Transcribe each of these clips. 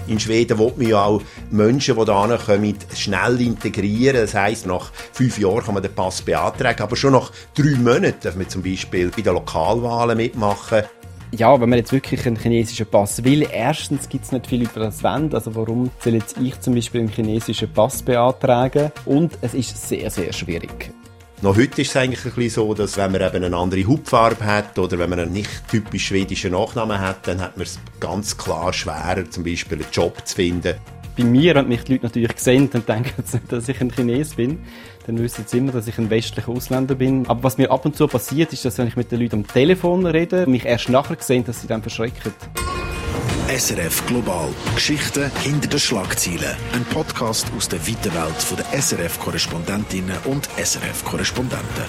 In Schweden will man ja auch Menschen, die hierher kommen, schnell integrieren. Das heisst, nach 5 Jahren kann man den Pass beantragen, aber schon nach 3 Monaten darf man zum Beispiel bei den Lokalwahlen mitmachen. Ja, wenn man jetzt wirklich einen chinesischen Pass will, erstens gibt es nicht viele Leute, die das wollen. Also warum soll jetzt ich zum Beispiel einen chinesischen Pass beantragen? Und es ist sehr, sehr schwierig. Noch heute ist es eigentlich ein bisschen so, dass wenn man eben eine andere Hautfarbe hat oder wenn man einen nicht typisch schwedischen Nachnamen hat, dann hat man es ganz klar schwerer, zum Beispiel einen Job zu finden. Bei mir, wenn mich die Leute natürlich sehen, dann denken sie nicht, dass ich ein Chines bin. Dann wissen sie immer, dass ich ein westlicher Ausländer bin. Aber was mir ab und zu passiert, ist, dass wenn ich mit den Leuten am Telefon rede, mich erst nachher sehen, dass sie dann verschrecken. SRF Global. Geschichten hinter den Schlagzeilen. Ein Podcast aus der weiten Welt der SRF-Korrespondentinnen und SRF-Korrespondenten.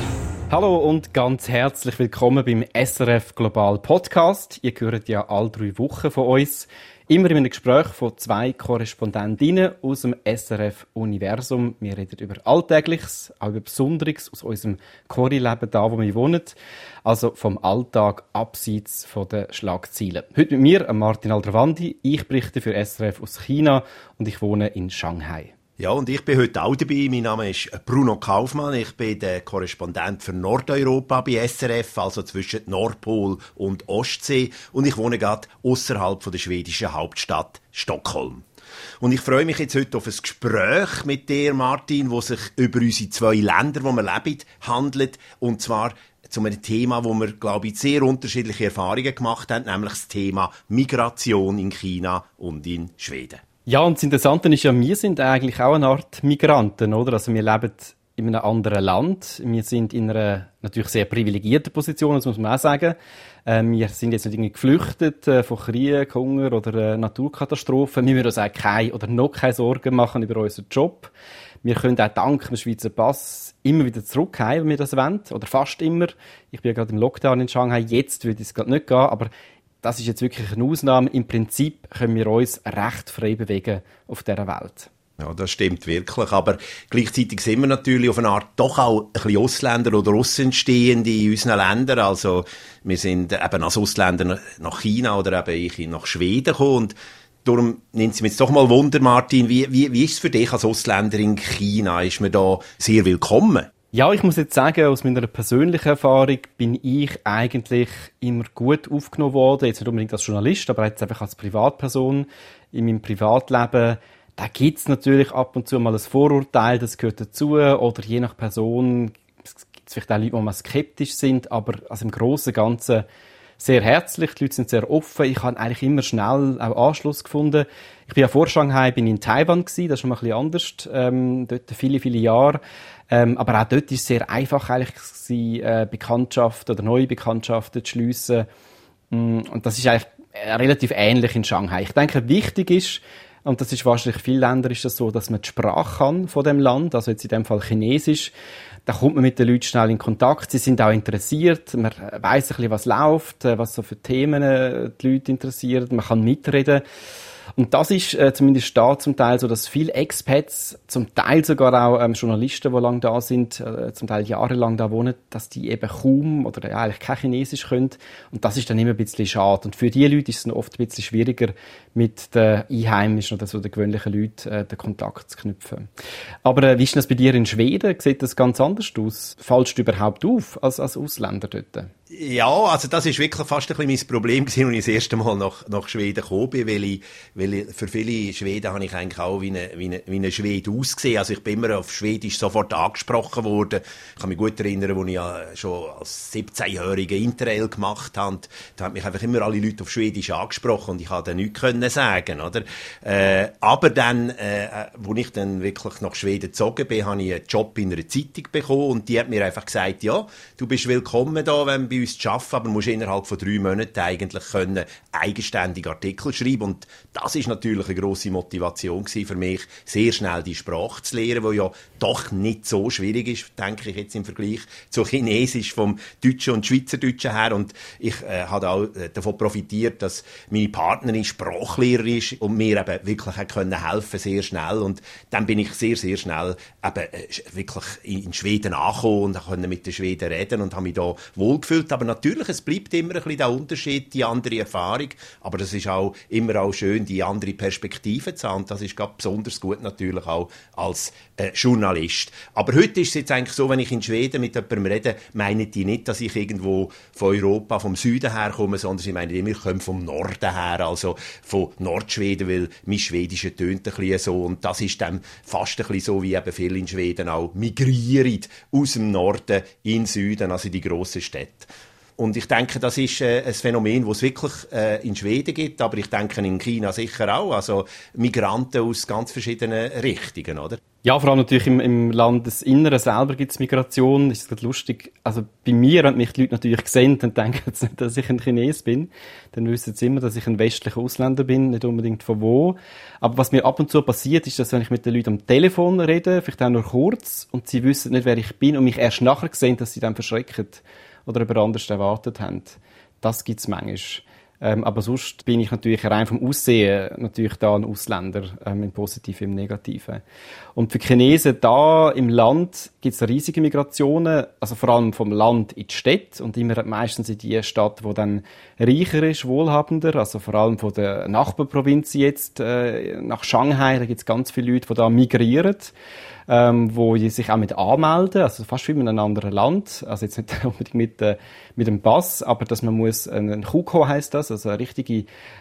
Hallo und ganz herzlich willkommen beim SRF Global Podcast. Ihr hört ja alle 3 Wochen von uns. Immer in einem Gespräch von 2 Korrespondentinnen aus dem SRF-Universum. Wir reden über Alltägliches, auch über Besonderes aus unserem Corri-Leben, da wo wir wohnen. Also vom Alltag abseits von den Schlagzeilen. Heute mit mir, Martin Aldrovandi. Ich berichte für SRF aus China und ich wohne in Shanghai. Ja, und ich bin heute auch dabei. Mein Name ist Bruno Kaufmann. Ich bin der Korrespondent für Nordeuropa bei SRF, also zwischen Nordpol und Ostsee. Und ich wohne gerade ausserhalb von der schwedischen Hauptstadt Stockholm. Und ich freue mich jetzt heute auf ein Gespräch mit dir, Martin, wo sich über unsere 2 Länder, wo wir leben, handelt. Und zwar zu einem Thema, wo wir, glaube ich, sehr unterschiedliche Erfahrungen gemacht haben, nämlich das Thema Migration in China und in Schweden. Ja, und das Interessante ist ja, wir sind eigentlich auch eine Art Migranten, oder? Also wir leben in einem anderen Land. Wir sind in einer natürlich sehr privilegierten Position, das muss man auch sagen. Wir sind jetzt nicht irgendwie geflüchtet von Krieg, Hunger oder Naturkatastrophen. Wir müssen uns auch noch keine Sorgen machen über unseren Job. Wir können auch dank dem Schweizer Pass immer wieder zurückkehren, wenn wir das wollen. Oder fast immer. Ich bin ja gerade im Lockdown in Shanghai. Jetzt würde es gerade nicht gehen, aber das ist jetzt wirklich eine Ausnahme. Im Prinzip können wir uns recht frei bewegen auf dieser Welt. Ja, das stimmt wirklich. Aber gleichzeitig sind wir natürlich auf eine Art doch auch ein bisschen Ausländer oder Aussenstehende in unseren Ländern. Also wir sind eben als Ausländer nach China oder eben ich nach Schweden gekommen. Und darum nimmt es mich jetzt doch mal Wunder, Martin, wie ist es für dich als Ausländer in China? Ist man da sehr willkommen? Ja, ich muss jetzt sagen, aus meiner persönlichen Erfahrung bin ich eigentlich immer gut aufgenommen worden. Jetzt nicht unbedingt als Journalist, aber jetzt einfach als Privatperson in meinem Privatleben. Da gibt es natürlich ab und zu mal ein Vorurteil, das gehört dazu. Oder je nach Person gibt es vielleicht auch Leute, die mal skeptisch sind. Aber also im Großen und Ganzen sehr herzlich. Die Leute sind sehr offen. Ich habe eigentlich immer schnell auch Anschluss gefunden. Ich bin ja vor Shanghai in Taiwan gewesen. Das ist schon mal ein bisschen anders. Dort viele, viele Jahre. Aber auch dort ist es sehr einfach eigentlich gewesen, Bekanntschaften oder neue Bekanntschaften zu schliessen. Und das ist eigentlich relativ ähnlich in Shanghai. Ich denke, wichtig ist, und das ist wahrscheinlich in vielen Ländern ist das so, dass man die Sprache kann von dem Land, also jetzt in dem Fall Chinesisch. Da kommt man mit den Leuten schnell in Kontakt. Sie sind auch interessiert. Man weiss ein bisschen, was läuft, was so für Themen die Leute interessieren. Man kann mitreden. Und das ist zumindest da zum Teil so, dass viele Expats, zum Teil sogar auch Journalisten, die lange da sind, zum Teil jahrelang da wohnen, dass die eben kaum oder ja, eigentlich kein Chinesisch können. Und das ist dann immer ein bisschen schade. Und für die Leute ist es oft ein bisschen schwieriger, mit den Einheimischen oder so den gewöhnlichen Leuten den Kontakt zu knüpfen. Aber wie ist das bei dir in Schweden? Sieht das ganz anders aus? Fallst du überhaupt auf als Ausländer dort? Ja, also das ist wirklich fast ein bisschen mein Problem gewesen, als ich das erste Mal nach Schweden gekommen bin, weil für viele Schweden habe ich eigentlich auch wie eine Schwede ausgesehen. Also ich bin immer auf Schwedisch sofort angesprochen worden. Ich kann mich gut erinnern, als ich ja schon als 17-Jähriger Interrail gemacht habe. Da haben mich einfach immer alle Leute auf Schwedisch angesprochen und ich konnte dann nichts sagen, oder? Aber dann, als ich dann wirklich nach Schweden gezogen bin, habe ich einen Job in einer Zeitung bekommen und die hat mir einfach gesagt, ja, du bist willkommen da, wenn du bei uns zu arbeiten, aber musst innerhalb von 3 Monaten eigentlich können eigenständige Artikel schreiben. Und das ist natürlich eine grosse Motivation gewesen für mich, sehr schnell die Sprache zu lernen, die ja doch nicht so schwierig ist, denke ich jetzt im Vergleich zu Chinesisch vom Deutschen und Schweizerdeutschen her. Und ich habe auch davon profitiert, dass meine Partnerin Sprachlehrerin ist und mir eben wirklich können helfen, sehr schnell. Und dann bin ich sehr, sehr schnell eben wirklich in Schweden angekommen und konnte mit den Schweden reden und habe mich da wohlgefühlt. gespielt, aber natürlich, es bleibt immer ein bisschen der Unterschied, die andere Erfahrung, aber das ist auch immer auch schön, die andere Perspektive zu haben, und das ist gerade besonders gut natürlich auch als Journalist. Aber heute ist es jetzt eigentlich so, wenn ich in Schweden mit jemandem rede, meinen die nicht, dass ich irgendwo von Europa, vom Süden her komme, sondern sie meinen immer, ich komme vom Norden her, also von Nordschweden, weil mein Schwedische tönt ein bisschen so, und das ist dann fast ein bisschen so, wie eben viele in Schweden auch migrieren aus dem Norden in den Süden, also in die grossen Städte. Und ich denke, das ist ein Phänomen, das es wirklich in Schweden gibt, aber ich denke in China sicher auch. Also Migranten aus ganz verschiedenen Richtungen, oder? Ja, vor allem natürlich im Landesinneren selber gibt es Migration. Das ist gerade lustig. Also bei mir, wenn mich die Leute natürlich sehen, dann denken sie nicht, dass ich ein Chines bin. Dann wissen sie immer, dass ich ein westlicher Ausländer bin, nicht unbedingt von wo. Aber was mir ab und zu passiert, ist, dass wenn ich mit den Leuten am Telefon rede, vielleicht auch nur kurz, und sie wissen nicht, wer ich bin, und mich erst nachher sehen, dass sie dann verschrecken oder jemand anderes erwartet haben. Das gibt's manchmal. Aber sonst bin ich natürlich rein vom Aussehen natürlich da ein Ausländer, im Positiven, im Negativen. Und für Chinesen da im Land gibt's riesige Migrationen, also vor allem vom Land in die Städte und immer meistens in die Stadt, wo dann reicher ist, wohlhabender, also vor allem von der Nachbarprovinz jetzt nach Shanghai, da gibt's ganz viele Leute, die da migrieren. Wo die sich auch mit anmelden, also fast wie in einem anderen Land, also jetzt nicht unbedingt mit dem Pass, aber dass man muss, ein KUKO heisst das, also eine richtige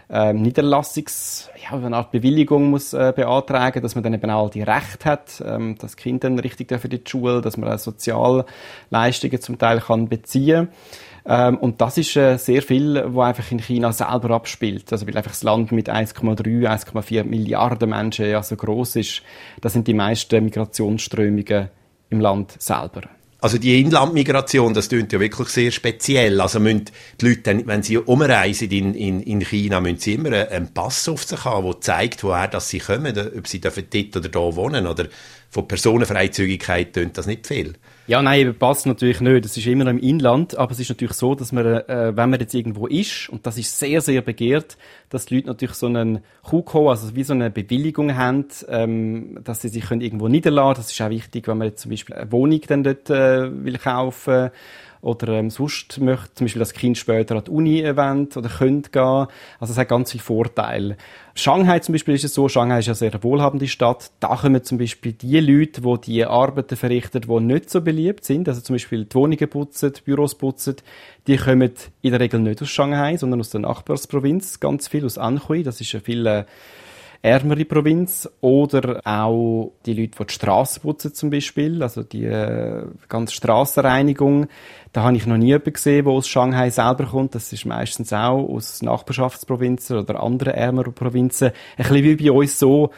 eine Art Bewilligung muss beantragen, dass man dann eben auch die Rechte hat, dass Kinder dann richtig dürfen in die Schule, dass man auch Sozialleistungen zum Teil kann beziehen. Und das ist sehr viel, was einfach in China selber abspielt. Also weil einfach das Land mit 1,3, 1,4 Milliarden Menschen ja so gross ist, das sind die meisten Migrationsströmungen im Land selber. Also die Inlandmigration, das klingt ja wirklich sehr speziell. Also müssen die Leute, dann, wenn sie umreisen in China, müssen sie immer einen Pass auf sich haben, der zeigt, woher dass sie kommen, ob sie dort oder da wohnen. Oder von Personenfreizügigkeit tönt das nicht viel. Ja, nein, passt natürlich nicht. Das ist immer im Inland, aber es ist natürlich so, dass man, wenn man jetzt irgendwo ist, und das ist sehr, sehr begehrt, dass die Leute natürlich so einen KUKO, also wie so eine Bewilligung haben, dass sie sich irgendwo niederlassen. Das ist auch wichtig, wenn man jetzt zum Beispiel eine Wohnung dann dort will kaufen oder sonst möchte zum Beispiel das Kind später an die Uni wollen oder könnte gehen. Also es hat ganz viele Vorteile. Shanghai zum Beispiel ist es so, Shanghai ist eine sehr wohlhabende Stadt. Da kommen zum Beispiel die Leute, die Arbeiten verrichten, die nicht so beliebt sind, also zum Beispiel die Wohnungen putzen, die Büros putzen, die kommen in der Regel nicht aus Shanghai, sondern aus der Nachbarsprovinz, ganz viel aus Anhui, das ist eine viel ärmere Provinz, oder auch die Leute, die Strassen putzen zum Beispiel, also die ganze Strassenreinigung. Da habe ich noch nie jemanden gesehen, der aus Shanghai selber kommt. Das ist meistens auch aus Nachbarschaftsprovinzen oder anderen ärmeren Provinzen. Ein bisschen wie bei uns so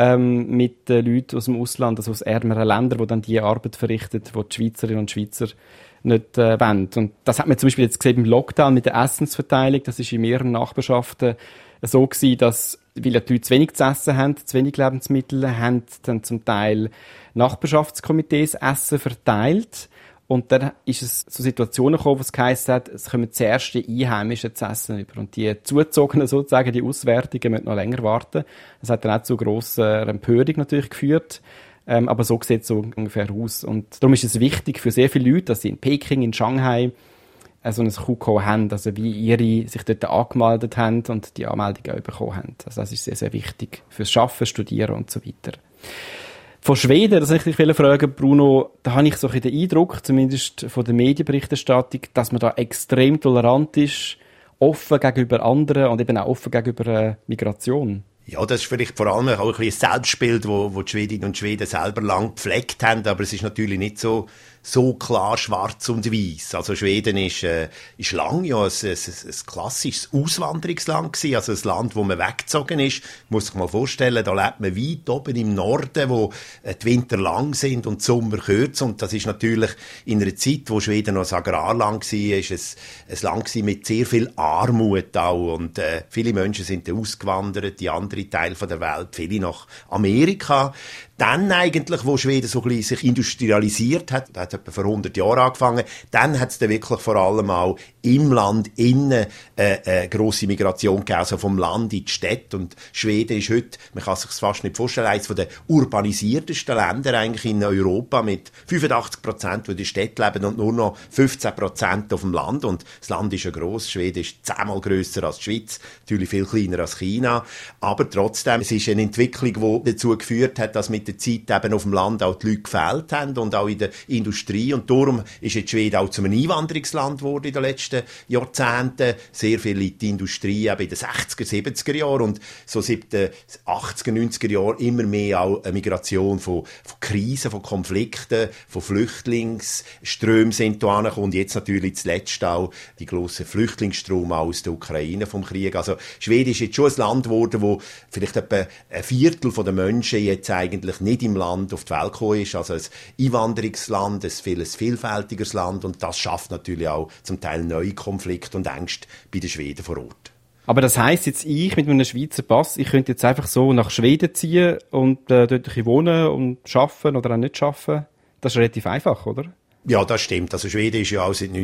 mit den Leuten aus dem Ausland, also aus ärmeren Ländern, die dann die Arbeit verrichten, die die Schweizerinnen und Schweizer nicht wollen. Und das hat man zum Beispiel jetzt gesehen im Lockdown mit der Essensverteilung. Das ist in mehreren Nachbarschaften so gewesen, dass, weil die Leute zu wenig zu essen haben, zu wenig Lebensmittel, haben dann zum Teil Nachbarschaftskomitees Essen verteilt. Und dann ist es zu Situationen gekommen, wo es geheißen hat, es kommen zuerst die Einheimischen zu essen über. Und die Zugezogenen sozusagen, die Auswärtigen, müssen noch länger warten. Das hat dann auch zu grosser Empörung natürlich geführt. Aber so sieht es so ungefähr aus. Und darum ist es wichtig für sehr viele Leute, dass sie in Peking, in Shanghai so ein KUKO haben, also wie ihre sich dort angemeldet haben und die Anmeldung auch bekommen haben. Also das ist sehr, sehr wichtig fürs Arbeiten, Studieren und so weiter. Von Schweden, das wollte ich dich fragen, Bruno, da habe ich so den Eindruck, zumindest von der Medienberichterstattung, dass man da extrem tolerant ist, offen gegenüber anderen und eben auch offen gegenüber Migration. Ja, das ist vielleicht vor allem auch ein bisschen ein Selbstbild, wo die Schwedinnen und Schweden selber lang gepflegt haben, aber es ist natürlich nicht so klar schwarz und weiß. Also Schweden ist lang ja ein klassisches Auswanderungsland gewesen, also ein Land, wo man weggezogen ist. Muss sich mal vorstellen, da lebt man weit oben im Norden, wo die Winter lang sind und die Sommer kurz, und das ist natürlich in einer Zeit, wo Schweden noch ein Agrarland war, ist ein Land mit sehr viel Armut auch, und viele Menschen sind dann ausgewandert, die andere Teile der Welt, viele nach Amerika. Dann eigentlich, wo Schweden so ein bisschen sich industrialisiert hat, hat hat etwa vor 100 Jahren angefangen. Dann hat es dann wirklich vor allem auch im Land innen grosse Migration gegeben, also vom Land in die Städte. Und Schweden ist heute, man kann sich fast nicht vorstellen, eines der urbanisiertesten Länder eigentlich in Europa mit 85%, die in der Stadt leben und nur noch 15% auf dem Land. Und das Land ist ja gross. Schweden ist 10-mal grösser als die Schweiz, natürlich viel kleiner als China. Aber trotzdem, es ist eine Entwicklung, die dazu geführt hat, dass mit der Zeit eben auf dem Land auch die Leute gefehlt haben und auch in der Industrie. Und darum ist jetzt Schweden auch zu einem Einwanderungsland geworden in den letzten Jahrzehnten. Sehr viel in die Industrie, eben in den 60er, 70er Jahren und so seit den 80er, 90er Jahren immer mehr auch eine Migration von Krisen, von Konflikten, von Flüchtlingsströmen sind da angekommen. Und jetzt natürlich zuletzt auch die grossen Flüchtlingsströme aus der Ukraine vom Krieg. Also Schweden ist jetzt schon ein Land geworden, wo vielleicht etwa ein Viertel der Menschen jetzt eigentlich nicht im Land auf die Welt gekommen ist. Also ein Einwanderungsland, ein vielfältigeres Land und das schafft natürlich auch zum Teil neue Konflikte und Ängste bei den Schweden vor Ort. Aber das heisst jetzt, ich mit einem Schweizer Pass, ich könnte jetzt einfach so nach Schweden ziehen und dort wohnen und arbeiten oder auch nicht arbeiten? Das ist relativ einfach, oder? Ja, das stimmt. Also Schweden ist ja auch seit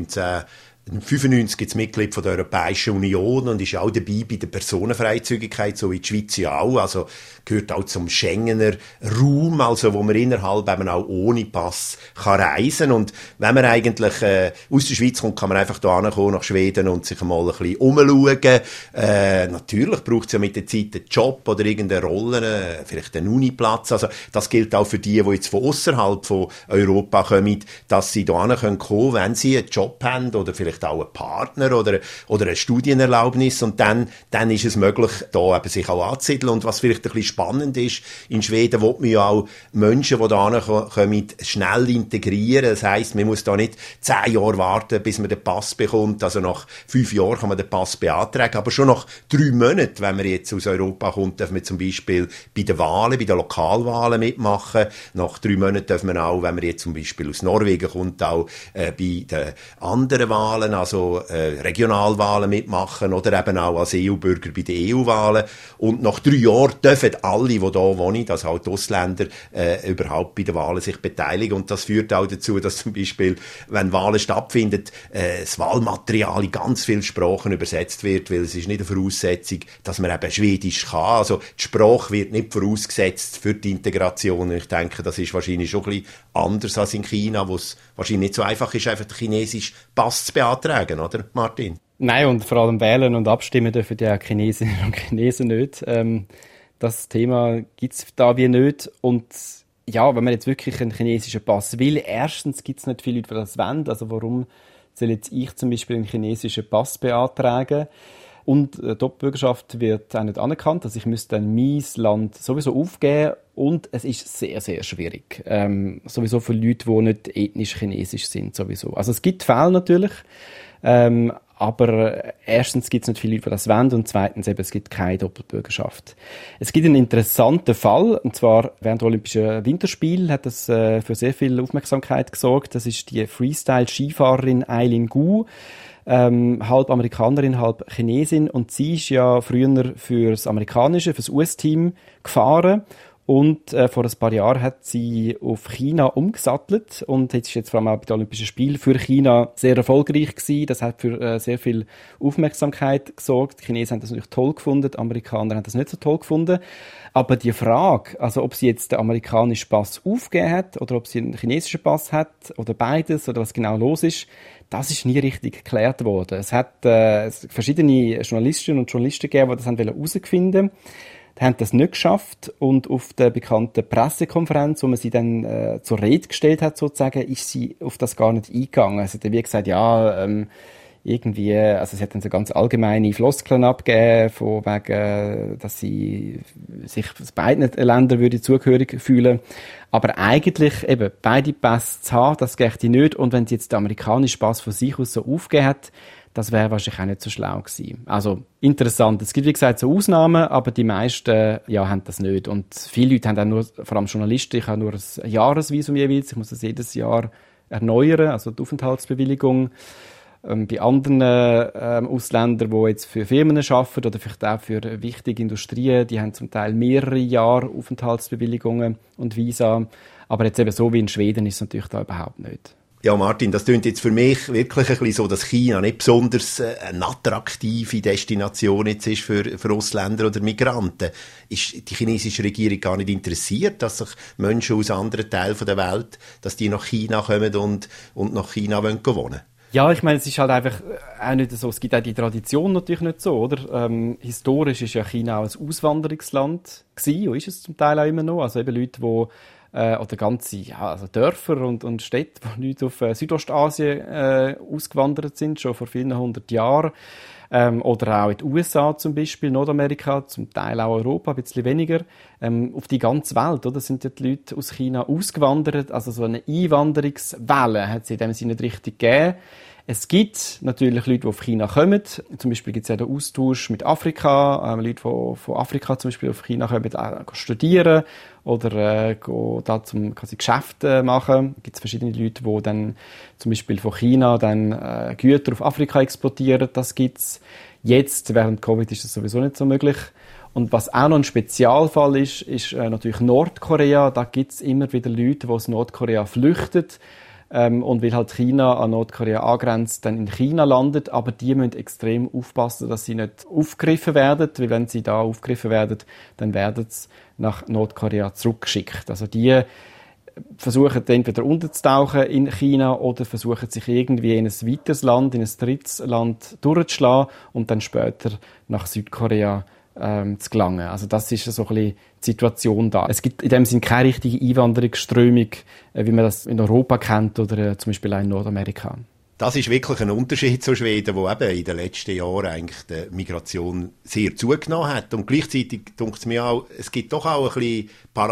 1995 gibt es Mitglied von der Europäischen Union und ist auch dabei bei der Personenfreizügigkeit, so wie die Schweiz ja auch. Also gehört auch zum Schengener Raum, also wo man innerhalb eben auch ohne Pass kann reisen. Und wenn man eigentlich aus der Schweiz kommt, kann man einfach hier hinkommen nach Schweden und sich mal ein bisschen umschauen. Natürlich braucht es ja mit der Zeit einen Job oder irgendeine Rolle, vielleicht einen Uniplatz. Also das gilt auch für die jetzt von außerhalb von Europa kommen, dass sie hier kommen können, wenn sie einen Job haben oder vielleicht auch einen Partner oder eine Studienerlaubnis und dann ist es möglich, da eben sich auch anzusiedeln. Und was vielleicht ein bisschen spannend ist, in Schweden will man ja auch Menschen, die da kommen, schnell integrieren. Das heisst, man muss da nicht 10 Jahre warten, bis man den Pass bekommt. Also nach 5 Jahren kann man den Pass beantragen, aber schon nach 3 Monaten, wenn man jetzt aus Europa kommt, darf man zum Beispiel bei den Wahlen, bei den Lokalwahlen mitmachen. Nach 3 Monaten darf man auch, wenn man jetzt zum Beispiel aus Norwegen kommt, auch bei den anderen Wahlen, also Regionalwahlen mitmachen oder eben auch als EU-Bürger bei den EU-Wahlen. Und nach 3 Jahren dürfen alle, die hier wohnen, also auch die Ausländer, überhaupt bei den Wahlen sich beteiligen. Und das führt auch dazu, dass zum Beispiel, wenn Wahlen stattfinden, das Wahlmaterial in ganz viele Sprachen übersetzt wird, weil es ist nicht eine Voraussetzung, dass man eben Schwedisch kann. Also die Sprache wird nicht vorausgesetzt für die Integration. Und ich denke, das ist wahrscheinlich schon ein bisschen anders als in China, wo es wahrscheinlich nicht so einfach ist, einfach den chinesischen Pass zu beantragen, oder, Martin? Nein, und vor allem wählen und abstimmen dürfen ja Chinesinnen und Chinesen nicht. Das Thema gibt es da wie nicht. Und ja, wenn man jetzt wirklich einen chinesischen Pass will, erstens gibt es nicht viele Leute, die das wollen. Also warum soll jetzt ich zum Beispiel einen chinesischen Pass beantragen? Und die Doppelbürgerschaft wird auch nicht anerkannt. Also ich müsste dann mein Land sowieso aufgeben. Und es ist sehr, sehr schwierig. Sowieso für Leute, die nicht ethnisch chinesisch sind. Sowieso. Also es gibt Fälle natürlich. Aber erstens gibt es nicht viele Leute, die das wollen. Und zweitens eben, es gibt keine Doppelbürgerschaft. Es gibt einen interessanten Fall. Und zwar während der Olympischen Winterspiele hat das für sehr viel Aufmerksamkeit gesorgt. Das ist die Freestyle-Skifahrerin Eileen Gu. Halb Amerikanerin, halb Chinesin. Und sie ist ja früher fürs US-Team gefahren. Und vor ein paar Jahren hat sie auf China umgesattelt und jetzt ist jetzt vor allem auch bei den Olympischen Spielen für China sehr erfolgreich gewesen. Das hat für sehr viel Aufmerksamkeit gesorgt. Die Chinesen haben das natürlich toll gefunden, die Amerikaner haben das nicht so toll gefunden. Aber die Frage, also ob sie jetzt den amerikanischen Pass aufgegeben hat oder ob sie einen chinesischen Pass hat oder beides oder was genau los ist, das ist nie richtig geklärt worden. Es hat verschiedene Journalistinnen und Journalisten gegeben, die das herausfinden wollten. Die haben das nicht geschafft und auf der bekannten Pressekonferenz, wo man sie dann zur Rede gestellt hat, sozusagen, ist sie auf das gar nicht eingegangen. Sie hat dann wie gesagt, ja, irgendwie, also sie hat dann so ganz allgemeine Floskeln abgegeben, von wegen, dass sie sich beiden Ländern würde zugehörig fühlen. Aber eigentlich eben beide Pässe zu haben, das geht nicht. Und wenn sie jetzt den amerikanischen Pass von sich aus so aufgegeben hat, das wäre wahrscheinlich auch nicht so schlau gewesen. Also interessant. Es gibt, wie gesagt, so Ausnahmen, aber die meisten haben das nicht. Und viele Leute haben auch nur, vor allem Journalisten, ich habe nur ein Jahresvisum jeweils. Ich muss das jedes Jahr erneuern, also die Aufenthaltsbewilligung. Bei anderen Ausländern, die jetzt für Firmen arbeiten oder vielleicht auch für wichtige Industrien, die haben zum Teil mehrere Jahre Aufenthaltsbewilligungen und Visa. Aber jetzt eben so wie in Schweden ist es natürlich da überhaupt nicht. Ja, Martin, das klingt jetzt für mich wirklich ein bisschen so, dass China nicht besonders eine attraktive Destination jetzt ist für Ausländer oder Migranten. Ist die chinesische Regierung gar nicht interessiert, dass sich Menschen aus anderen Teilen der Welt, dass die nach China kommen und nach China wohnen wollen? Ja, ich meine, es ist halt einfach auch nicht so, es gibt auch die Tradition natürlich nicht so, oder? Historisch ist ja China auch ein Auswanderungsland gewesen, und ist es zum Teil auch immer noch. Also eben Leute, die oder ganze also Dörfer und Städte, wo Leute auf Südostasien ausgewandert sind, schon vor vielen 100 Jahren. Oder auch in den USA zum Beispiel, Nordamerika, zum Teil auch Europa, ein bisschen weniger. Auf die ganze Welt, oder, sind ja die Leute aus China ausgewandert. Also so eine Einwanderungswelle hat es in dem Sinne nicht richtig gegeben. Es gibt natürlich Leute, die auf China kommen. Zum Beispiel gibt es ja den Austausch mit Afrika. Leute, die von Afrika zum Beispiel auf China kommen, studieren oder da zum quasi Geschäfte machen. Es gibt verschiedene Leute, die dann zum Beispiel von China dann Güter auf Afrika exportieren. Das gibt's. Jetzt, während Covid, ist das sowieso nicht so möglich. Und was auch noch ein Spezialfall ist natürlich Nordkorea. Da gibt es immer wieder Leute, die aus Nordkorea flüchten. Und weil halt China an Nordkorea angrenzt, dann in China landet. Aber die müssen extrem aufpassen, dass sie nicht aufgegriffen werden. Weil wenn sie da aufgegriffen werden, dann werden sie nach Nordkorea zurückgeschickt. Also die versuchen entweder unterzutauchen in China oder versuchen sich irgendwie in ein weiteres Land, in ein drittes Land durchzuschlagen und dann später nach Südkorea zu gelangen. Also das ist so ein bisschen die Situation da. Es gibt in dem Sinne keine richtige Einwanderungsströmung, wie man das in Europa kennt oder zum Beispiel auch in Nordamerika. Das ist wirklich ein Unterschied zu Schweden, wo eben in den letzten Jahren eigentlich die Migration sehr zugenommen hat. Und gleichzeitig denkt es mir auch, es gibt doch auch eine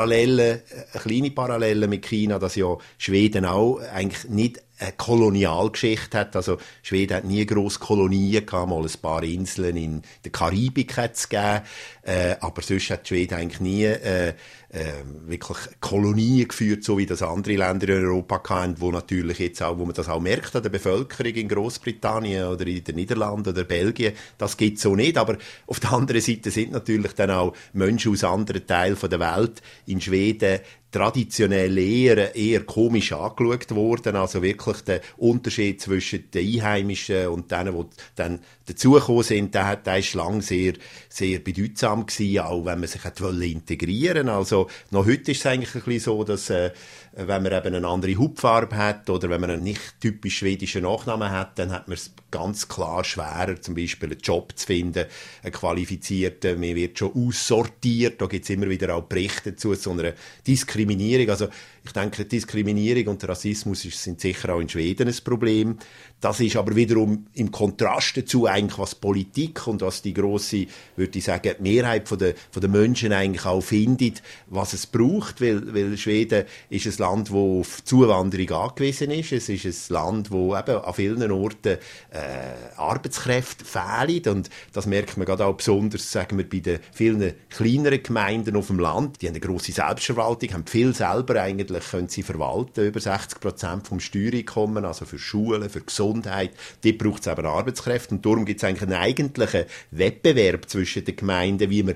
kleine Parallele mit China, dass ja Schweden auch eigentlich nicht eine Kolonialgeschichte hat. Also Schweden hat nie grosse Kolonien gehabt, mal ein paar Inseln in der Karibik hat es gegeben. Aber sonst hat Schweden eigentlich nie wirklich Kolonien geführt, so wie das andere Länder in Europa hatten, wo natürlich jetzt auch, wo man das auch merkt an der Bevölkerung in Großbritannien oder in den Niederlanden oder Belgien, das gibt's so nicht. Aber auf der anderen Seite sind natürlich dann auch Menschen aus anderen Teilen der Welt in Schweden traditionell eher komisch angeschaut worden. Also wirklich der Unterschied zwischen den Einheimischen und denen, die dann dazugekommen sind, der ist lang sehr, sehr bedeutsam gewesen, auch wenn man sich integrieren wollte. Also noch heute ist es eigentlich ein bisschen so, dass wenn man eben eine andere Hautfarbe hat oder wenn man einen nicht typisch schwedischen Nachnamen hat, dann hat man es ganz klar schwerer, zum Beispiel einen Job zu finden, einen qualifizierten, man wird schon aussortiert, da gibt es immer wieder auch Berichte zu so einer Diskriminierung. Also ich denke, Diskriminierung und Rassismus sind sicher auch in Schweden ein Problem. Das ist aber wiederum im Kontrast dazu eigentlich, was Politik und was die grosse, würde ich sagen, die Mehrheit von der Menschen eigentlich auch findet, was es braucht, weil Schweden ist ein Land, das auf Zuwanderung angewiesen ist. Es ist ein Land, wo eben an vielen Orten Arbeitskräfte fehlen und das merkt man gerade auch besonders, sagen wir, bei den vielen kleineren Gemeinden auf dem Land. Die haben eine grosse Selbstverwaltung, haben viel selber eigentlich, können sie verwalten, über 60% vom Steuereinkommen, also für Schulen, für Gesundheit. Dort braucht es eben Arbeitskräfte und darum gibt es eigentlich einen eigentlichen Wettbewerb zwischen den Gemeinden, wie man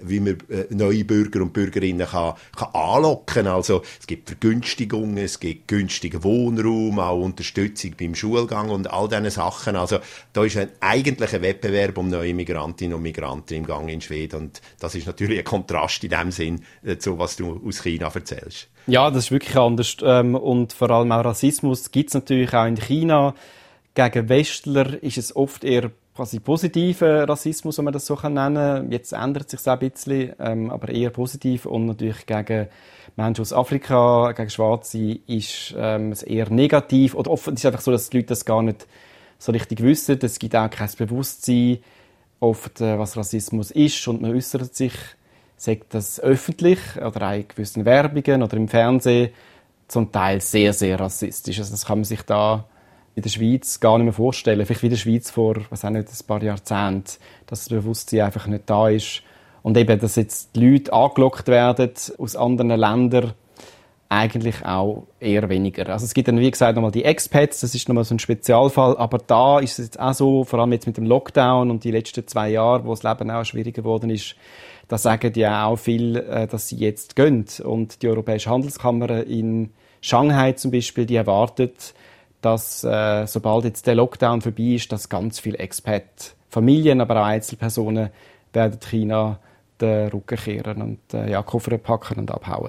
neue Bürger und Bürgerinnen kann anlocken. Also es gibt Vergünstigungen, es gibt günstigen Wohnraum, auch Unterstützung beim Schulgang und all diese Sachen. Also da ist ein eigentlicher Wettbewerb um neue Migrantinnen und Migranten im Gang in Schweden und das ist natürlich ein Kontrast in dem Sinn zu was du aus China erzählst. Ja, das ist wirklich anders und vor allem auch Rassismus gibt es natürlich auch in China. Gegen Westler ist es oft eher quasi positiver Rassismus, wenn man das so nennen kann. Jetzt ändert sich es auch ein bisschen, aber eher positiv. Und natürlich gegen Menschen aus Afrika, gegen Schwarze ist es eher negativ. Oder oft ist es einfach so, dass die Leute das gar nicht so richtig wissen. Es gibt auch kein Bewusstsein, oft, was Rassismus ist. Und man äußert sich, sagt das öffentlich oder auch in gewissen Werbungen oder im Fernsehen, zum Teil sehr, sehr rassistisch. Also das kann man sich da in der Schweiz gar nicht mehr vorstellen. Vielleicht wie in der Schweiz vor, was auch nicht, ein paar Jahrzehnten, dass das Bewusstsein einfach nicht da ist. Und eben, dass jetzt die Leute angelockt werden aus anderen Ländern, eigentlich auch eher weniger. Also es gibt dann, wie gesagt, nochmal die Expats, das ist nochmal so ein Spezialfall, aber da ist es jetzt auch so, vor allem jetzt mit dem Lockdown und die letzten 2 Jahre, wo das Leben auch schwieriger geworden ist, da sagen ja auch viele, dass sie jetzt gehen. Und die Europäische Handelskammer in Shanghai zum Beispiel, die erwartet, dass sobald jetzt der Lockdown vorbei ist, dass ganz viele Expat-Familien, aber auch Einzelpersonen werden China den Rücken kehren und Koffer packen und abhauen.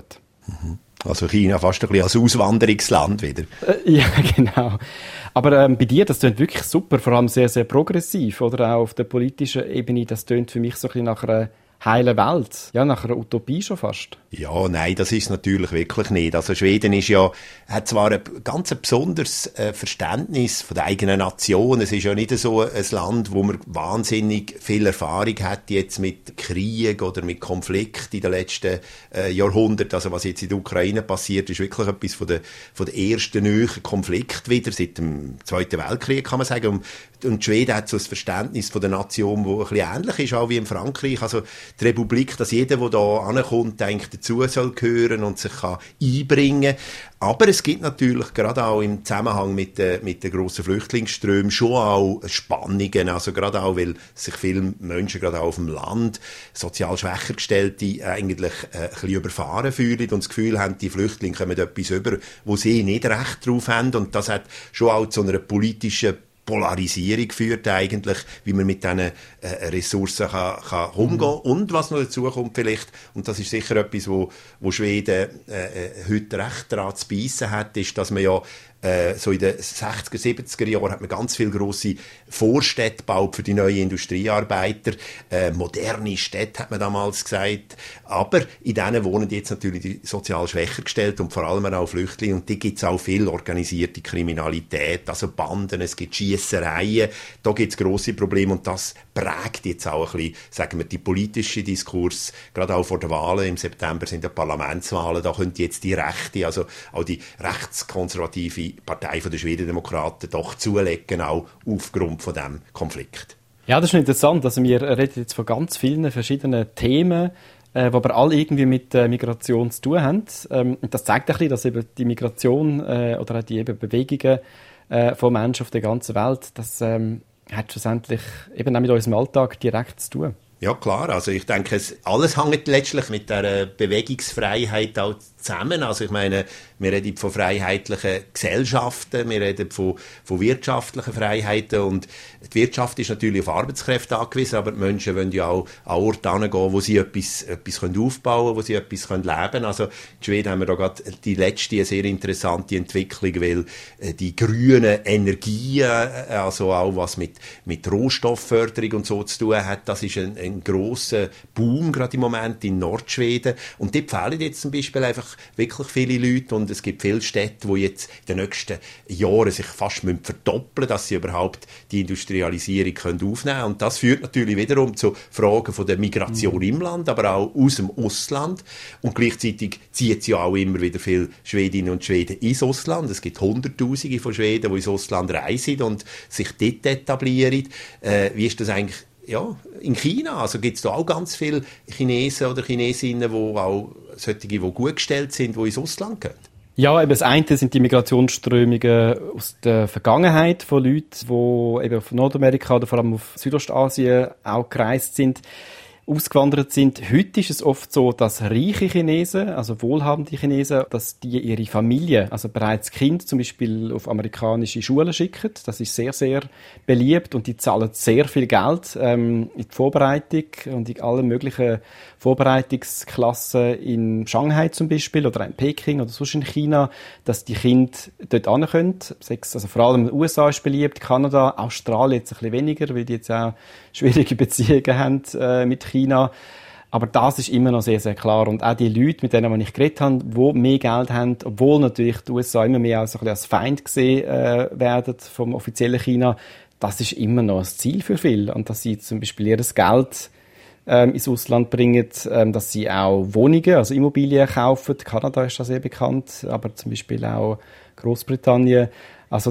Also China fast ein bisschen als Auswanderungsland wieder. Ja, genau. Aber bei dir, das klingt wirklich super, vor allem sehr, sehr progressiv. Oder auch auf der politischen Ebene, das klingt für mich so ein bisschen nach einer heilen Welt. Ja, nach einer Utopie schon fast. Ja, nein, das ist natürlich wirklich nicht. Also Schweden hat zwar ein ganz besonderes Verständnis von der eigenen Nation. Es ist ja nicht so ein Land, wo man wahnsinnig viel Erfahrung hat jetzt mit Krieg oder mit Konflikt in den letzten Jahrhunderten. Also was jetzt in der Ukraine passiert, ist wirklich etwas von der ersten neuen Konflikt wieder, seit dem Zweiten Weltkrieg, kann man sagen. Und Schweden hat so ein Verständnis von der Nation, das ein bisschen ähnlich ist, auch wie in Frankreich. Also die Republik, dass jeder, der da ankommt, eigentlich dazu soll gehören und sich kann einbringen kann. Aber es gibt natürlich gerade auch im Zusammenhang mit den grossen Flüchtlingsströmen schon auch Spannungen. Also gerade auch, weil sich viele Menschen gerade auch auf dem Land, sozial schwächer gestellte, eigentlich ein bisschen überfahren fühlen und das Gefühl haben, die Flüchtlinge kommen etwas über, wo sie nicht recht drauf haben. Und das hat schon auch zu einer politischen Polarisierung führt eigentlich, wie man mit diesen Ressourcen kann umgehen. Und was noch dazu kommt vielleicht, und das ist sicher etwas, wo Schweden heute recht daran zu beißen hat, ist, dass man ja so in den 60er, 70er Jahren hat man ganz viele grosse Vorstädte gebaut für die neuen Industriearbeiter. Moderne Städte hat man damals gesagt. Aber in denen wohnen jetzt natürlich die sozial schwächer gestellt und vor allem auch Flüchtlinge. Und die gibt es auch viel organisierte Kriminalität, also Banden, es gibt Schiessereien. Da gibt es grosse Probleme und das prägt jetzt auch ein bisschen, sagen wir, die politische Diskurs. Gerade auch vor den Wahlen im September sind ja Parlamentswahlen. Da könnte jetzt die Rechte, also auch die rechtskonservative Partei der Schwedendemokraten doch zulegen, auch aufgrund von diesem Konflikt. Ja, das ist interessant. Also wir reden jetzt von ganz vielen verschiedenen Themen, die aber alle irgendwie mit Migration zu tun haben. Und das zeigt ein bisschen, dass eben die Migration oder auch die eben Bewegungen von Menschen auf der ganzen Welt, das hat schlussendlich eben auch mit unserem Alltag direkt zu tun. Ja, klar. Also ich denke, alles hängt letztlich mit der Bewegungsfreiheit auch zusammen. Also ich meine, wir reden von freiheitlichen Gesellschaften, wir reden von wirtschaftlichen Freiheiten und die Wirtschaft ist natürlich auf Arbeitskräfte angewiesen, aber die Menschen wollen ja auch an Orte hingehen, wo sie etwas aufbauen können, wo sie etwas leben können. Also in Schweden haben wir da gerade die letzte sehr interessante Entwicklung, weil die grünen Energien, also auch was mit Rohstoffförderung und so zu tun hat, das ist ein grosser Boom gerade im Moment in Nordschweden und dort fehlen jetzt zum Beispiel einfach wirklich viele Leute und es gibt viele Städte, die jetzt in den nächsten Jahren sich fast verdoppeln müssen, dass sie überhaupt die Industrialisierung aufnehmen können. Und das führt natürlich wiederum zu Fragen von der Migration im Land, aber auch aus dem Ausland. Und gleichzeitig zieht es ja auch immer wieder viele Schwedinnen und Schweden ins Ausland. Es gibt Hunderttausende von Schweden, die ins Ausland reisen und sich dort etablieren. Wie ist das eigentlich? Ja, in China, also gibt es da auch ganz viele Chinesen oder Chinesinnen, die auch solche, die gut gestellt sind, die ins Ausland gehen. Ja, eben das eine sind die Migrationsströmungen aus der Vergangenheit von Leuten, die eben auf Nordamerika oder vor allem auf Südostasien auch gereist sind, ausgewandert sind. Heute ist es oft so, dass reiche Chinesen, also wohlhabende Chinesen, dass die ihre Familie, also bereits Kind zum Beispiel auf amerikanische Schulen schicken. Das ist sehr, sehr beliebt und die zahlen sehr viel Geld in die Vorbereitung und in alle möglichen Vorbereitungsklassen in Shanghai zum Beispiel oder in Peking oder sonst in China, dass die Kinder dort hinkommen. Also vor allem in den USA ist beliebt, Kanada, Australien jetzt ein bisschen weniger, weil die jetzt auch schwierige Beziehungen haben mit China. Aber das ist immer noch sehr, sehr klar. Und auch die Leute, mit denen ich geredet habe, die mehr Geld haben, obwohl natürlich die USA immer mehr als, als Feind gesehen werden vom offiziellen China, das ist immer noch ein Ziel für viele. Und dass sie zum Beispiel ihr Geld ins Ausland bringen, dass sie auch Wohnungen, also Immobilien kaufen. Kanada ist da sehr bekannt, aber zum Beispiel auch Großbritannien. Also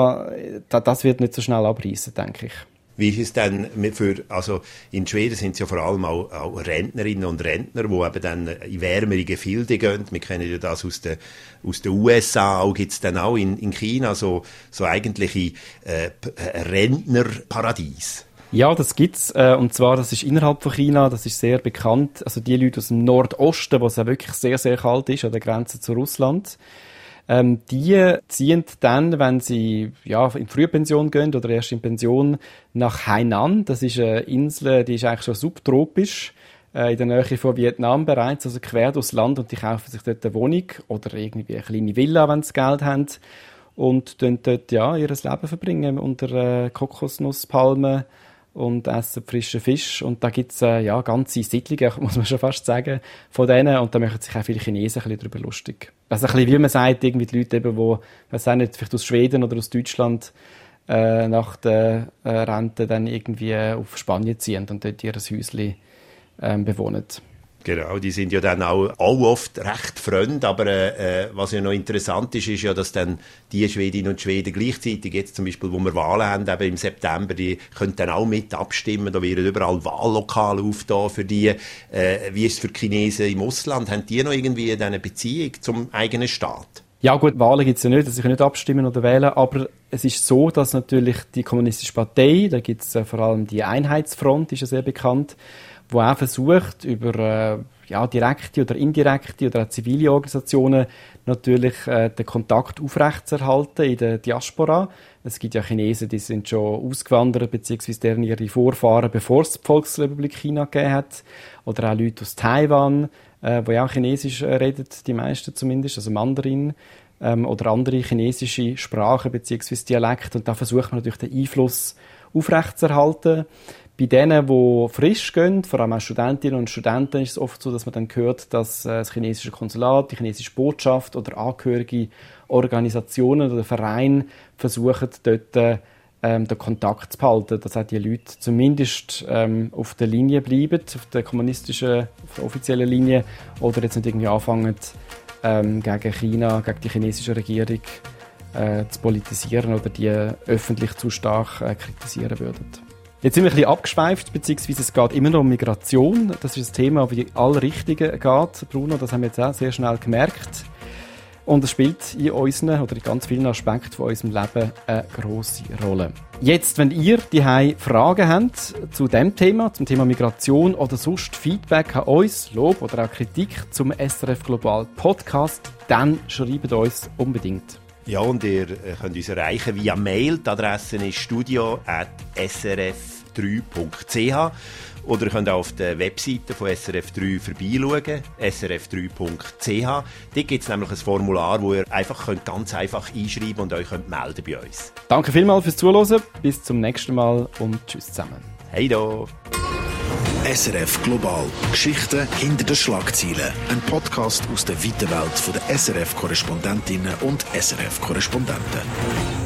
das wird nicht so schnell abreißen, denke ich. Wie ist es denn also in Schweden sind es ja vor allem auch Rentnerinnen und Rentner, die eben dann in wärmere Gefilde gehen. Wir kennen ja das aus den USA, auch gibt es dann auch in China so eigentliche Rentnerparadies. Ja, das gibt's. Und zwar, das ist innerhalb von China, das ist sehr bekannt. Also die Leute aus dem Nordosten, wo es ja wirklich sehr, sehr kalt ist, an der Grenze zu Russland. Die ziehen dann, wenn sie in Frühpension gehen oder erst in Pension, nach Hainan. Das ist eine Insel, die ist eigentlich schon subtropisch, in der Nähe von Vietnam bereits, also quer durchs Land, und die kaufen sich dort eine Wohnung oder irgendwie eine kleine Villa, wenn sie Geld haben, und dann dort ihr Leben verbringen unter Kokosnusspalmen und essen frischen Fisch. Und da gibt's ganze Siedlungen, muss man schon fast sagen, von denen, und da machen sich auch viele Chinesen ein bisschen darüber lustig. Also ein bisschen, wie man sagt, irgendwie die Leute eben, die, weiß auch nicht, vielleicht aus Schweden oder aus Deutschland nach der Rente dann irgendwie auf Spanien ziehen und dort ihr Häuschen bewohnen. Genau, die sind ja dann auch oft recht fremd, aber was ja noch interessant ist, ist ja, dass dann die Schwedinnen und Schweden gleichzeitig, jetzt zum Beispiel, wo wir Wahlen haben, eben im September, die können dann auch mit abstimmen, da werden überall Wahllokale aufgetan für die. Wie ist es für die Chinesen im Ausland? Haben die noch irgendwie eine Beziehung zum eigenen Staat? Ja gut, Wahlen gibt es ja nicht, also sie können nicht abstimmen oder wählen, aber es ist so, dass natürlich die Kommunistische Partei, da gibt es vor allem die Einheitsfront, ist ja sehr bekannt, wo auch versucht, über direkte oder indirekte oder auch zivile Organisationen natürlich den Kontakt aufrechtzuerhalten in der Diaspora. Es gibt ja Chinesen, die sind schon ausgewandert, beziehungsweise deren ihre Vorfahren, bevor es die Volksrepublik China gegeben hat. Oder auch Leute aus Taiwan, die ja auch Chinesisch reden, die meisten zumindest, also Mandarin, oder andere chinesische Sprachen beziehungsweise Dialekte. Und da versucht man natürlich den Einfluss aufrechtzuerhalten. Bei denen, die frisch gehen, vor allem auch Studentinnen und Studenten, ist es oft so, dass man dann hört, dass das chinesische Konsulat, die chinesische Botschaft oder angehörige Organisationen oder Vereine versuchen, dort den Kontakt zu behalten, dass auch die Leute zumindest auf der Linie bleiben, auf der kommunistischen, auf der offiziellen Linie, oder jetzt nicht irgendwie anfangen, gegen China, gegen die chinesische Regierung zu politisieren oder die öffentlich zu stark kritisieren würden. Jetzt sind wir ein bisschen abgeschweift, beziehungsweise es geht immer noch um Migration. Das ist ein Thema, das in alle Richtungen geht, Bruno, das haben wir jetzt auch sehr schnell gemerkt. Und es spielt in unseren oder in ganz vielen Aspekten von unserem Leben eine grosse Rolle. Jetzt, wenn ihr daheim Fragen habt zu diesem Thema, zum Thema Migration oder sonst Feedback an uns, Lob oder auch Kritik zum SRF Global Podcast, dann schreibt uns unbedingt. Ja, und ihr könnt uns erreichen via Mail. Die Adresse ist studio@srf3.ch. Oder ihr könnt auch auf der Webseite von SRF3 vorbeischauen, srf3.ch. Dort gibt es nämlich ein Formular, wo ihr ganz einfach einschreiben und euch melden bei uns. Danke vielmals fürs Zuhören. Bis zum nächsten Mal und tschüss zusammen. Hey da! SRF Global. Geschichten hinter den Schlagzeilen. Ein Podcast aus der weiten Welt der SRF-Korrespondentinnen und SRF-Korrespondenten.